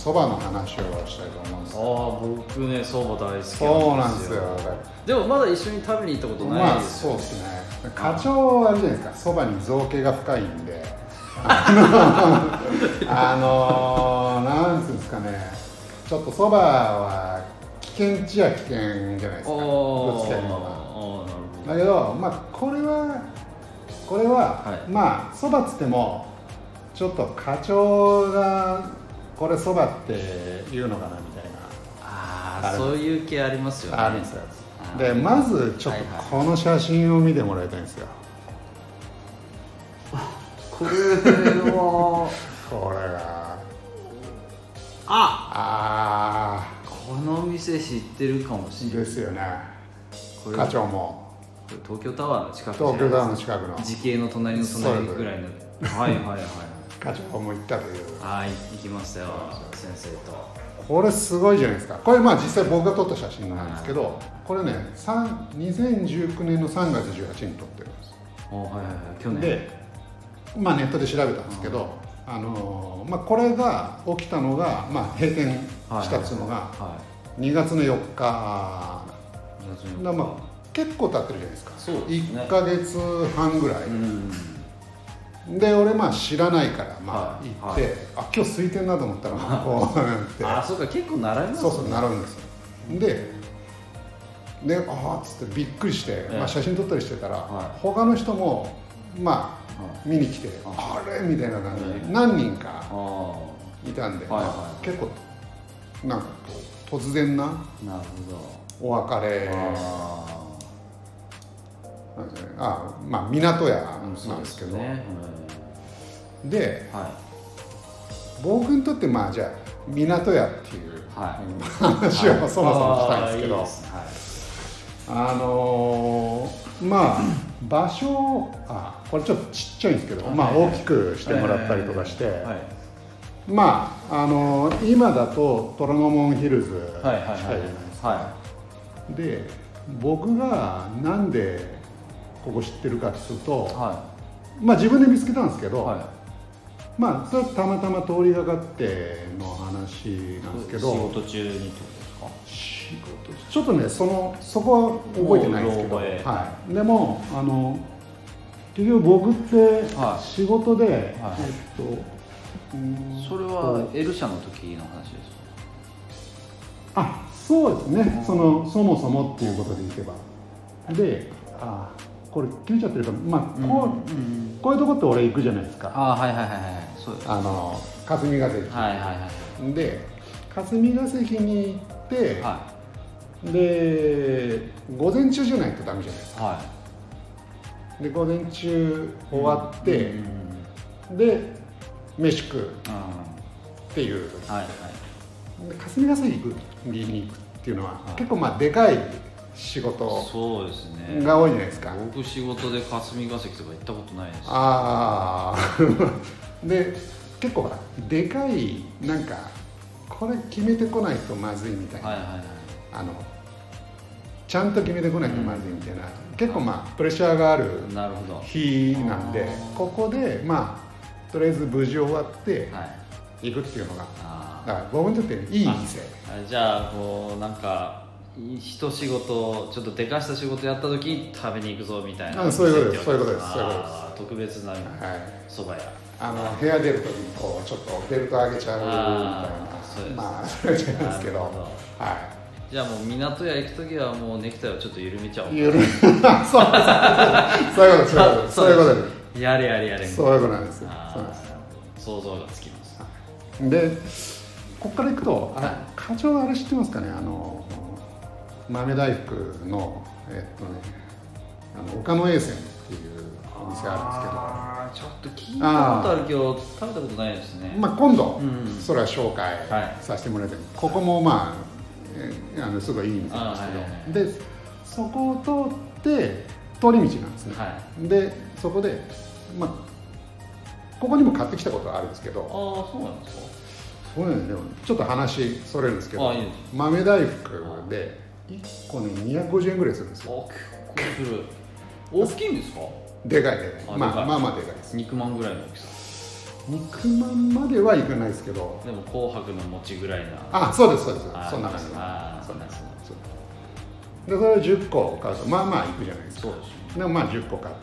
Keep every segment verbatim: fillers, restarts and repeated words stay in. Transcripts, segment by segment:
そばの話をしたいと思うんです。 ああ、僕ね、そば大好きなんですよ。 そうなんですよ。 でもまだ一緒に食べに行ったことないですよ。 まあそうですね。課長はあれじゃないですか、そばに造形が深いんで、あのあのなんつうんですかね、ちょっとそばは危険っちゃ危険じゃないですか、ぶつけるのが。だけど、まあこれはこれは、はい、まあそばっつってもちょっと課長がこれそばって言うのかなみたいな。 ああ、そういう系ありますよね。 あるんですよ。でまずちょっとこの写真を見てもらいたいんですよ。 これはこれがああこの店知ってるかもしれないですよね。課長も東京タワーの近く、 東京タワーの近くの時系の隣の隣ぐらいのはいはいはい課長も行ったという。 はい行きましたよ先生と。 これすごいじゃないですか。これまあ実際僕が撮った写真なんですけど、これねにせんじゅうきゅうねんのさんがつじゅうはちにちに撮ってるんです。 はいはいはい、去年で、まあネットで調べたんですけど、あのまあこれが起きたのがまあ閉店したっていうのがにがつのよっかだ、まあ結構経ってるじゃないですか。 そうですね、 いっかげつはんぐらい。うんで俺まあ知らないからまあ行って、はいはい、あ今日空いてんなと思ったらまあこうやってあそうか結構並びますね。 そうそう並ぶんですよ。ででああっつってびっくりして、ええまあ、写真撮ったりしてたら、はい、他の人もまあ、はい、見に来て、はい、あれみたいな感じで、ええ、何人かいたんで、はいはいまあ、結構なんかこう突然ななるほどお別れあまあ港屋なんですけど、うんねうん、で、はい、僕にとってまあじゃあ港屋っていう、はい、話をそもそもしたいんですけど、はい、あのー、まあ場所あこれちょっとちっちゃいんですけど、まあ大きくしてもらったりとかして、はいはい、まああのー、今だと虎ノ門ヒルズ近いじゃないですか、はいはい、で僕がなんでここ知ってるかっていうと、はい、まあ自分で見つけたんですけど、はい、まあそれはたまたま通りがかっての話なんですけど、 仕事中にってことですか？ 仕事ちょっとねそのそこは覚えてないんですけど、はい、でもあの結局僕って仕事で、はいはい、えっとそれは L 社の時の話ですか？あ、そうですね。そのそもそもっていうことでいけばで、あこれ切れちゃってるから、まあこう、うんうん、こういうとこって俺行くじゃないですか。 あはいはいはいはい、そうです。 あの霞ヶ関。はいはいはい。で霞ヶ関に行って、はい、で午前中じゃないとダメじゃないですか。はい、で午前中終わって、うんうん、で飯食うっていう。はいはい。で霞ヶ関に行くっていうのは、はい、結構まあでかい。仕事そうですねが多いじゃないですか。 僕仕事で霞ヶ関とか行ったことないです。 ああで結構ほらでかいなんかこれ決めてこないとまずいみたいな、はいはいはい、あのちゃんと決めてこないとまずいみたいな、うん、結構まあプレッシャーがある日なんでここでまあとりあえず無事終わって行くっていうのが、はい、だから僕にとっていい店。 じゃあこうなんか一仕事ちょっとでかした仕事やった時に食べに行くぞみたいな。 あそういうことですそういうことですそういうことです。 特別なそば、はい、屋あの部屋出る時にこうちょっとベルト上げちゃうみたいなまあそれじゃないですけど、はい、 じゃあもう港屋行く時はもうネクタイをちょっと緩めちゃおう。 緩めそうそういうことですそういうことですやれやれやれそういうことなんですよ。そうなんです想像がつきます。 でここから行くとあれ、はい、課長あれ知ってますかね、あの豆大福のえっとねあの岡野栄泉っていうお店あるんですけど、 あちょっと聞いたことあるけど食べたことないですね。 まあ今度、うん、それは紹介させてもらって、はい、ここもまあ、えあのすごいいい店なんですけど、はいはいはい、でそこを通って通り道なんですね、はい、でそこでまあここにも買ってきたことはあるんですけど。 ああそうなんですか。 そうなんですよ。ちょっと話それるんですけど、いいです豆大福でいっこねにひゃくごじゅうえんぐらいするんですよ。 結構する。大きいんですか？ でかいでかい。まあまあまあでかいです。 肉まんぐらいの大きさ。 肉まんまではいかないですけど、 でも紅白の餅ぐらいな。 あ、そうですそうです、そんな感じ。 ああ、そうなんですね。 でそれをじゅっこ買うとまあまあいくじゃないですか。 そうですね。 でもまあじゅっこ買って、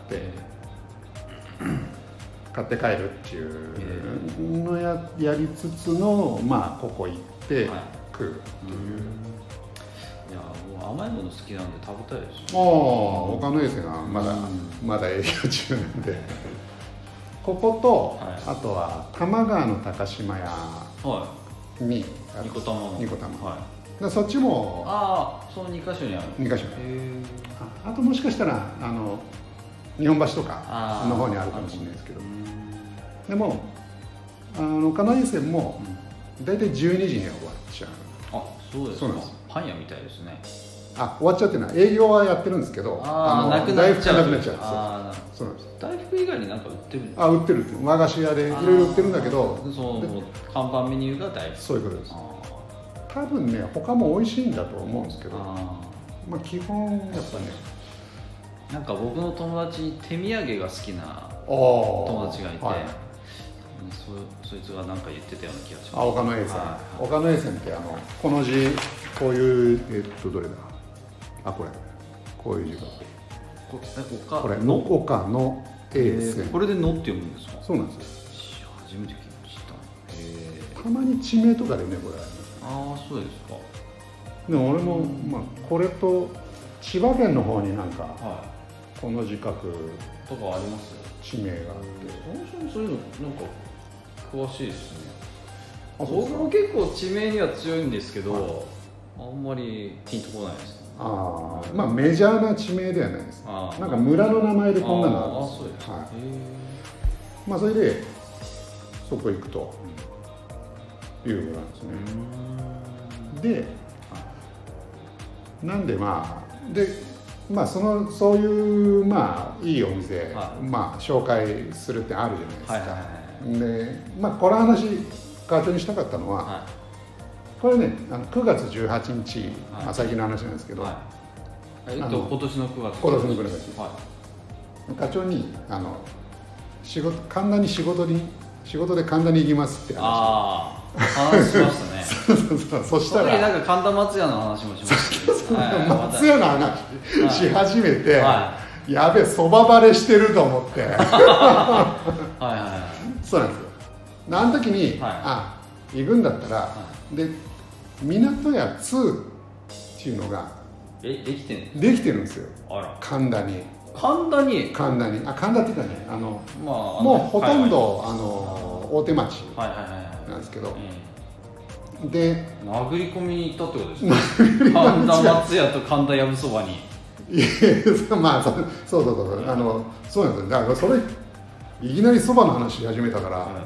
買って帰るっていうのややりつつの、まあここ行って食うっていう、 いやもう甘いもの好きなんで食べたいですよ。もう岡野衛生がまだまだ営業中なんで、ここと、はい、あとは多摩川の高島屋にニコタマのニコタマ、はい、そっちもああ、そのにかしょにある。 にかしょにあ, あともしかしたらあの日本橋とかの方にあるかもしれないですけど、でもあの岡野衛生も大体じゅうにじには終わっちゃう。 あ、そうですか。そうです。パン屋みたいですね。 あ、終わっちゃってるのは営業はやってるんですけど、 ああ、なくなっちゃう。 大福なくなっちゃう。 ああ、そうなんです。大福以外に何か売ってるんですか。 あ、売ってる。和菓子屋でいろいろ売ってるんだけど、 その看板メニューが大福。 そういうことです。多分ね、他も美味しいんだと思うんですけど、あ、まあ基本やっぱね、 なんか僕の友達に手土産が好きな友達がいて、はい、そ, そいつが何か言ってたような気がします。 あ、岡野衛生、はい、岡野衛生ってあのこの字、こういう、えっとどれだ、あ、これこういう字がこれ、 これの岡野衛生、 これでのって読むんですか。 そうなんですよ。 初めて聞いた。 たまに地名とかでね、これあります。 ああ、そうですか。 でも俺も、まあ、これと千葉県の方になんか、はい、この字書くとかあります地名があって、 そういうのなんか詳しいですね。僕も結構地名には強いんですけど、はい、あんまりピンとこないですね。 ああ、まあメジャーな地名ではないです。なんか村の名前でこんなのあるんです。ああ、そうです。はい。まあそれでそこ行くということなんですね。で、なんでまあでまあそのそういうまあいいお店、はい、まあ紹介するってあるじゃないですか。はいはいはい、で、まあこの話課長にしたかったのは、はい、これね、あのくがつじゅうはちにち、はい、最近の話なんですけど、はい、 えっと今年のくがつ、 今年のくがつ、はい、課長にあの仕事神田に仕事に仕事で神田に行きますって話。 ああ、話しましたね。 そうそうそう。そしたらなんか神田松屋の話もしましたね。 はい、松屋の話し始めて、はい、やべえ、そばバレしてると思って。はいはいはい。そうなんですよ。あの時に、はい、あ、行くんだったら、はい、で港屋ツーっていうのがえできてるできてるんですよ。 あら、 神田に。 神田に神田にあ神田っていうかね、あの、まあ、あのもうほとんど、はいはい、あの大手町なんですけど、はいはいはい、で殴り込みに行ったってことですね。神田松屋と神田やぶそばに。 いや、まあそうそうそうそう、あのそうなんですよ。だからそれいきなりそばの話し始めたから、はい、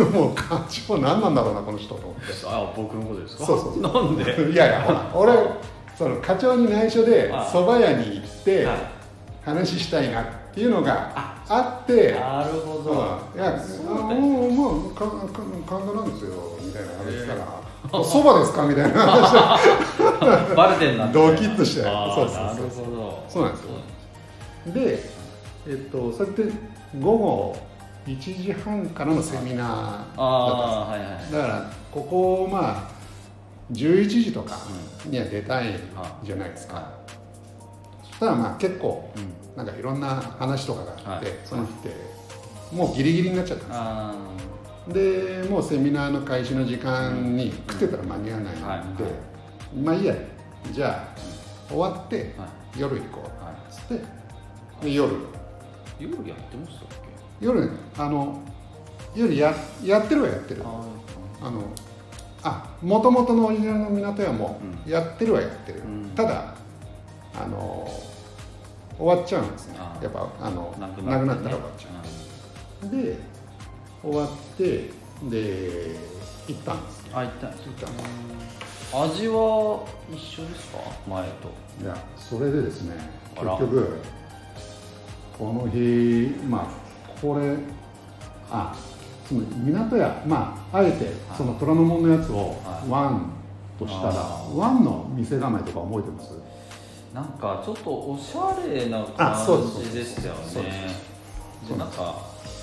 もう課長何なんだろうなこの人と思って。 あ、僕のことですか。 そうそうそう。 なんで。 いやいや、ほら俺その課長に内緒でそば屋に行って、はい、話したいなっていうのがあって、 なるほど、 うん、いや、もうもう神田なんですよみたいな話したら、そばですかみたいな話バレてんなってドキッとして、 そうそうそう、なるほど、 そうなんですよ。で、えっとそうやって午後いちじはんからのセミナーだったんです。あ、はいはい、だからここまあじゅういちじとかには出たいじゃないですか、うん、はい、そしたらまあ結構、うん、なんかいろんな話とかがあって、はい、その日ってもうギリギリになっちゃったんですよ。でもうセミナーの開始の時間に食ってたら間に合わないので、うん、はい、まあいいや、じゃあ、うん、終わって、はい、夜行こう、はい、つってで夜夜やってましたっけ。 夜ね、あの夜 や, やってるはやってる、あのあ、もともとのオリジナルの港屋もやってるはやってる、うん、ただあの終わっちゃうんですね。やっぱあのなくなったら終わっちゃう、うん、で終わってで行ったんですね。 あ、行ったんです。行ったんです。味は一緒ですか、前と。 いや、それでですね、結局この日、まあこれあその港屋、まああえてその虎ノ門のやつをワンとしたら、ワンの店構えとか覚えてます？ なんかちょっとおしゃれな感じでしたよね。でなんか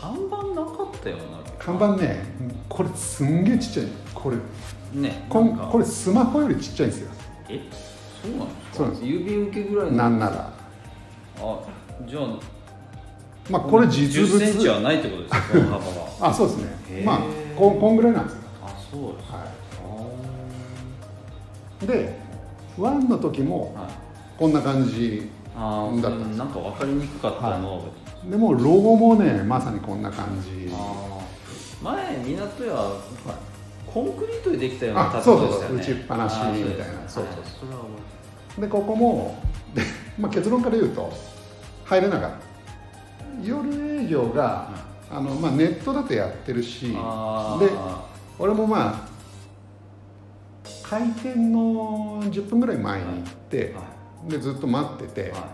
看板なかったよな。 看板ね、これすんげえちっちゃい。これね、 こんこれスマホよりちっちゃいんですよ。 え、そうなんですか。 そうなんです。 郵便受けぐらいの。 なんなら。 あ、じゃあまあこれ実物じゅっセンチはないってことですか、この幅は。 あ、そうですね。まあここんぐらいなんですよ。 あ、そうです。はい。 で、ワンの時もこんな感じだったんです。 なんか分かりにくかったの。はい、 でもロゴもね、まさにこんな感じ。 あ、前港屋はコンクリートでできたような建物でしたよね。打ちっぱなしみたいな。そうそう。 それはでここもで、まあ、結論から言うと入れなかった。夜営業が、うん、あのまあ、ネットだとやってるし、で俺もまあ開店のじゅっぷんぐらい前に行って、はい、でずっと待ってて、はい、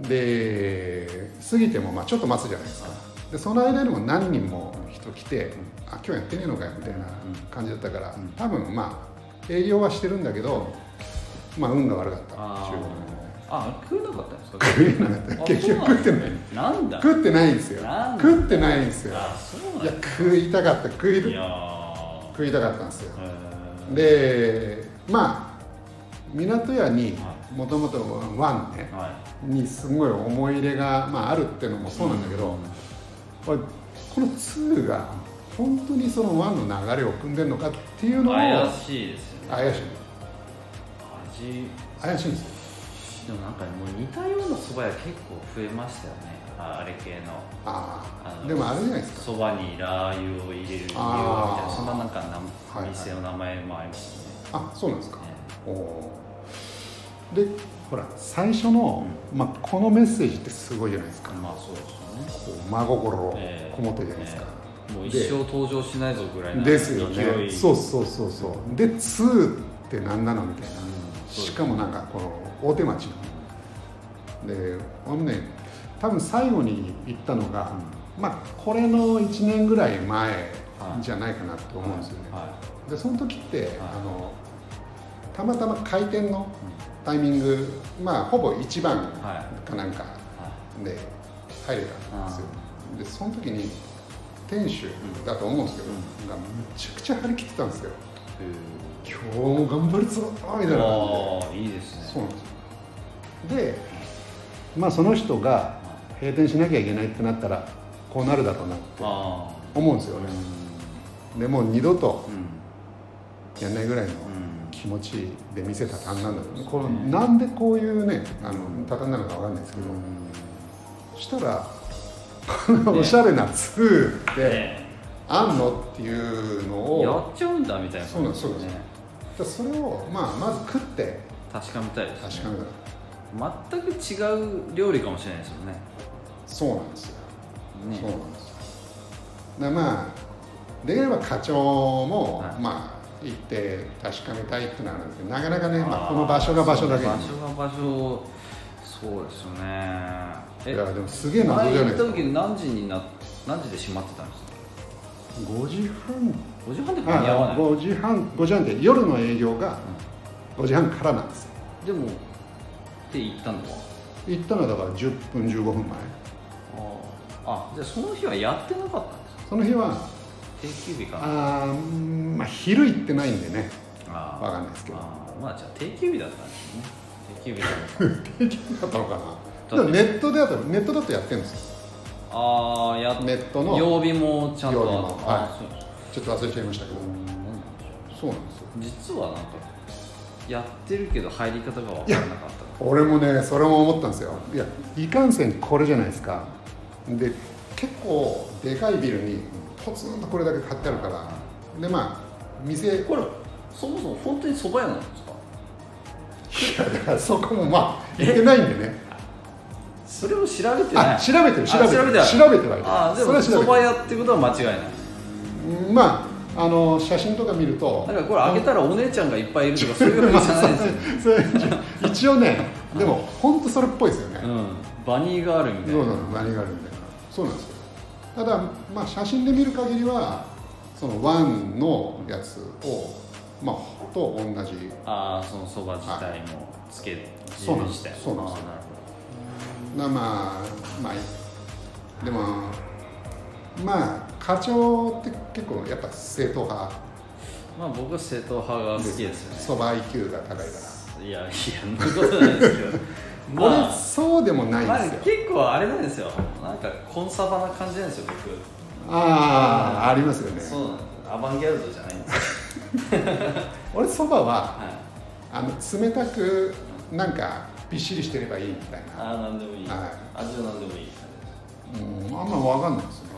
で過ぎてもまあちょっと待つじゃないですか。はい、でその間にも何人も人来て、うん、あ、今日やってねえのかよみたいな感じだったから、うん、多分まあ営業はしてるんだけど、まあ運が悪かったっていうことで。 あ、食えなかったんですか。 食えなかった。結局食ってない。 なんだ。 食ってないんですよ。食ってないんですよ。 あ、そうなんいや、食いたかった。食いいや食いたかったんですよ。で、まあ港屋にもともとワンね、はい、にすごい思い入れが、まあ、あるっていうのもそうなんだけど、うん、このツーが本当にそのワンの流れを組んでるのかっていうのを怪しいですよね。 怪しい。 味怪しいんですよ。 でもなんかもう似たような蕎麦屋結構増えましたよね。あれ系の。 ああ。でもあれじゃないですか。 蕎麦にラー油を入れる理由みたいな、そんななんかな、はい、店の名前もありますね。 あ、そうなんですか。ね、おで、ほら最初の、うん、まあこのメッセージってすごいじゃないですか。 まあそうですよね。 こう真心こもってるじゃないですか。 えーえー、もう一生登場しないぞぐらいのですよね。そうそうそうそう。でツーって何なのみたいな。うん、しかもなんかこの大手町ので、俺もね多分最後に行ったのが、うん、まあこれのいちねんぐらい前じゃないかなと思うんですよね。はいはい、でその時って、はい、あのたまたま開店のタイミング、まあほぼ一番かなんかで入れたんですよ。でその時に店主だと思うんですけど、うん、がめちゃくちゃ張り切ってたんですよ。今日も頑張りつろあみたいな感じで。 いいですね。 そうなんですよ。で、まあその人が閉店しなきゃいけないってなったらこうなるだろうなって思うんですよね。でもう二度とやんないぐらいの気持ちで見せた単なんだけど、このなんでこういうねあの畳なのかわかんないですけど、そしたらこのおしゃれなツーってあんのっていうのをやっちゃうんだみたいな。 そうなんですそうですね。それをまあまず食って確かめたいですね。 確かめたい。 全く違う料理かもしれないですよね。 そうなんですよ。ね、そうなんですよ。でまあできれば課長も、はい、まあ行って確かめたいってなるんですけど、なかなかね、まあ、この場所が場所だけに場所が場所、そうですよね。 いやでもすげえ謎じゃないですか。 前行った時何時にな何時で閉まってたんですか。 ごじはんごじはんで間に合わない。 ごじはんごじはんで夜の営業がごじはんからなんですよ。 でもって言ったのは行ったのはだからじゅっぷんじゅうごふんまえ。 ああ、じゃあその日はやってなかったんですか。 その日は定休日かな。 あ、まあ昼行ってないんでね、あ分かんないですけど、 あまあじゃあ定休日だったんですね。定休日だった定休日だったのかな。ネットであとネットだとやってるんですよ。 ああ、やネットの曜日もちゃんとあ、はい、ちょっと忘れちゃいましたけど、そうなんですよ。 実はなんかやってるけど入り方が分からなかった。 俺もねそれも思ったんですよ。いやいかんせんこれじゃないですか。で結構でかいビルにポツンとこれだけ買ってあるから、でまあ店これそもそも本当に蕎麦屋なんですか。いやだからそこもまあ行ってないんでね。 それを調べてない。 あ、調べてる調べてる調べてる。 あ、でも蕎麦屋ってことは間違いない。 まああの写真とか見ると、 だからこれ開けたらお姉ちゃんがいっぱいいるとかそういうわけじゃないですよ。 一応ね、でも本当それっぽいですよね。 うん、バニーがあるみたいな。 そうなの、バニーがあるみたいな。そうなんですよ。ただまあ写真で見る限りはそのワンのやつをまあと同じ。 ああ、その蕎麦自体もつける。 そうなんです。そうなんです。なまあまあでもまあ課長って結構やっぱ正統派。 まあ僕は正統派が好きですよね。 そば アイキュー が高いから。 いやいや、そんなことないですけどまあ、俺そうでもないんですよ、 まあ、結構あれなんですよ、なんかコンサバな感じなんですよ僕。 ああ、ありますよね。 そうなんです、アバンギャルドじゃないんですよ俺そばは、 はい、 あの冷たくなんかびっしりしてればいいみたいな。 ああ、なんでもいい、はい、味はなんでもいい。 うん、あんま分かんないですね。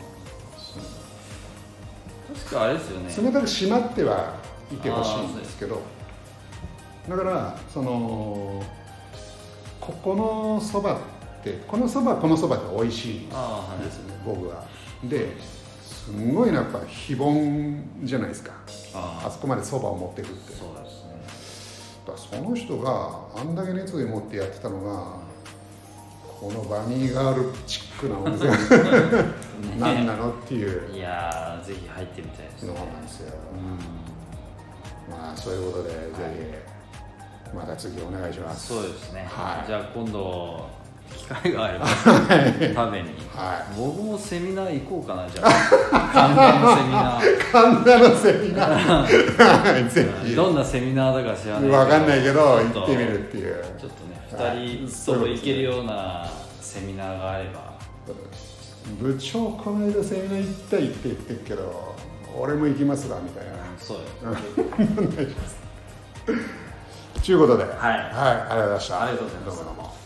確かあれですよね、 冷たく締まってはいてほしいんですけど、だからそのここのそばってこのそばこのそばって美味しいですね、僕は。ですんごいやっぱ非凡じゃないですか、あ, あそこまでそばを持ってくって。 そうですね。 だからその人があんだけ熱意を持ってやってたのが、このバニーガールチックなお店が何なのっていう。 いやー、ぜひ入ってみたいですね。 そうなんですよ、うん、まあそういうことで、はい、ぜひまた次お願いします。 そうですね、 はい、 じゃあ今度機会があれば食べに、 はい、 僕もセミナー行こうかな。じゃあ神田のセミナー神田のセミナーぜひどんなセミナーだか知らないけど、 分かんないけど行ってみるっていう、 ちょっとねふたりとも行けるようなセミナーがあれば。 部長この間セミナー行った行って言ってるけど俺も行きますわみたいな。 そうよお願いしますということで、はい、はい、ありがとうございました。 ありがとうございます。 どうもどうも。